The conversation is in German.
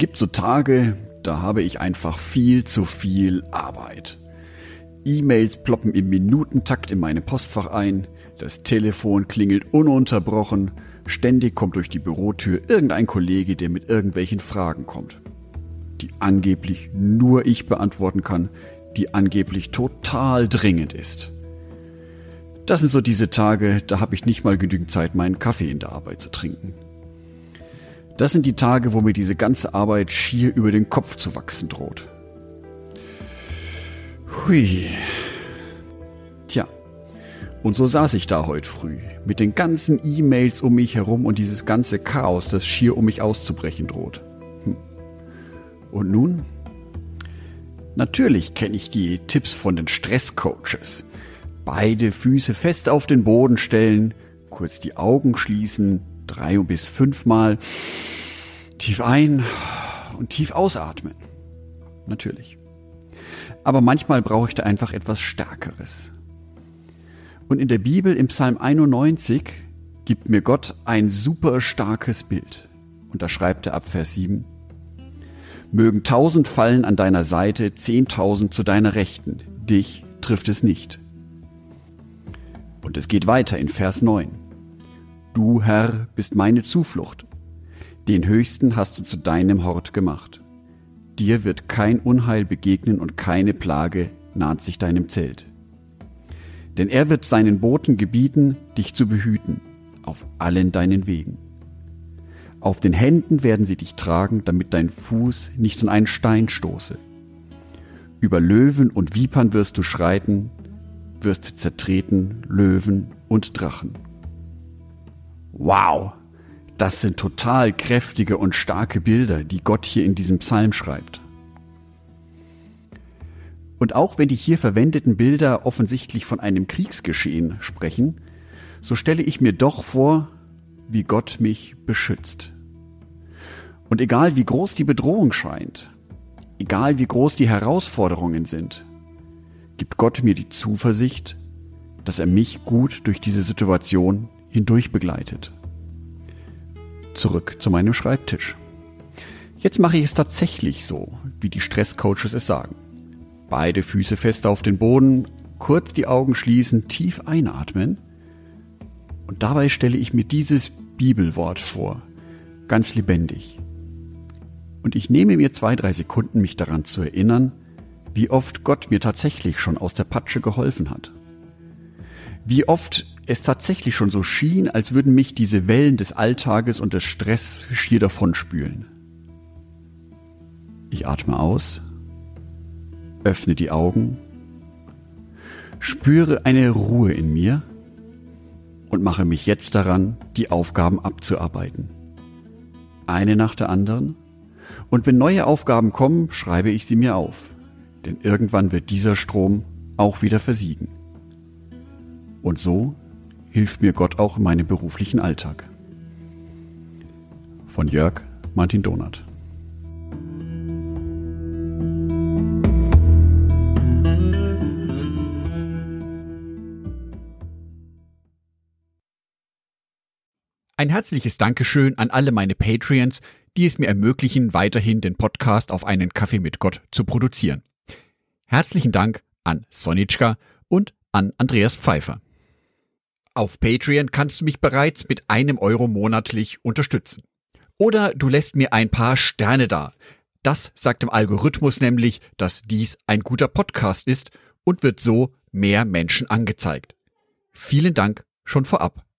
gibt so Tage, da habe ich einfach viel zu viel Arbeit. E-Mails ploppen im Minutentakt in meine Postfach ein, das Telefon klingelt ununterbrochen, ständig kommt durch die Bürotür irgendein Kollege, der mit irgendwelchen Fragen kommt, die angeblich nur ich beantworten kann, die angeblich total dringend ist. Das sind so diese Tage, da habe ich nicht mal genügend Zeit, meinen Kaffee in der Arbeit zu trinken. Das sind die Tage, wo mir diese ganze Arbeit schier über den Kopf zu wachsen droht. Hui. Tja, und so saß ich da heute früh, mit den ganzen E-Mails um mich herum und dieses ganze Chaos, das schier um mich auszubrechen droht. Und nun? Natürlich kenne ich die Tipps von den Stresscoaches. Beide Füße fest auf den Boden stellen, kurz die Augen schließen, 3 bis 5 Mal, tief ein und tief ausatmen. Natürlich. Aber manchmal brauche ich da einfach etwas Stärkeres. Und in der Bibel im Psalm 91 gibt mir Gott ein super starkes Bild. Und da schreibt er ab Vers 7: Mögen 1000 fallen an deiner Seite, 10.000 zu deiner Rechten. Dich trifft es nicht. Und es geht weiter in Vers 9. Du, Herr, bist meine Zuflucht. Den Höchsten hast du zu deinem Hort gemacht. Dir wird kein Unheil begegnen und keine Plage naht sich deinem Zelt. Denn er wird seinen Boten gebieten, dich zu behüten, auf allen deinen Wegen. Auf den Händen werden sie dich tragen, damit dein Fuß nicht an einen Stein stoße. Über Löwen und Vipern wirst du schreiten, wirst zertreten Löwen und Drachen. Wow, das sind total kräftige und starke Bilder, die Gott hier in diesem Psalm schreibt. Und auch wenn die hier verwendeten Bilder offensichtlich von einem Kriegsgeschehen sprechen, so stelle ich mir doch vor, wie Gott mich beschützt. Und egal wie groß die Bedrohung scheint, egal wie groß die Herausforderungen sind, gibt Gott mir die Zuversicht, dass er mich gut durch diese Situation hindurch begleitet. Zurück zu meinem Schreibtisch. Jetzt mache ich es tatsächlich so, wie die Stresscoaches es sagen. Beide Füße fest auf den Boden, kurz die Augen schließen, tief einatmen. Und dabei stelle ich mir dieses Bibelwort vor, ganz lebendig. Und ich nehme mir 2-3 Sekunden, mich daran zu erinnern, wie oft Gott mir tatsächlich schon aus der Patsche geholfen hat. Wie oft es tatsächlich schon so schien, als würden mich diese Wellen des Alltages und des Stress schier davonspülen. Ich atme aus, öffne die Augen, spüre eine Ruhe in mir und mache mich jetzt daran, die Aufgaben abzuarbeiten. Eine nach der anderen. Und wenn neue Aufgaben kommen, schreibe ich sie mir auf. Denn irgendwann wird dieser Strom auch wieder versiegen. Und so hilft mir Gott auch in meinem beruflichen Alltag. Von Jörg Martin Donath. Ein herzliches Dankeschön an alle meine Patreons, die es mir ermöglichen, weiterhin den Podcast auf einen Kaffee mit Gott zu produzieren. Herzlichen Dank an Sonitschka und an Andreas Pfeiffer. Auf Patreon kannst du mich bereits mit 1 Euro monatlich unterstützen. Oder du lässt mir ein paar Sterne da. Das sagt dem Algorithmus nämlich, dass dies ein guter Podcast ist und wird so mehr Menschen angezeigt. Vielen Dank schon vorab.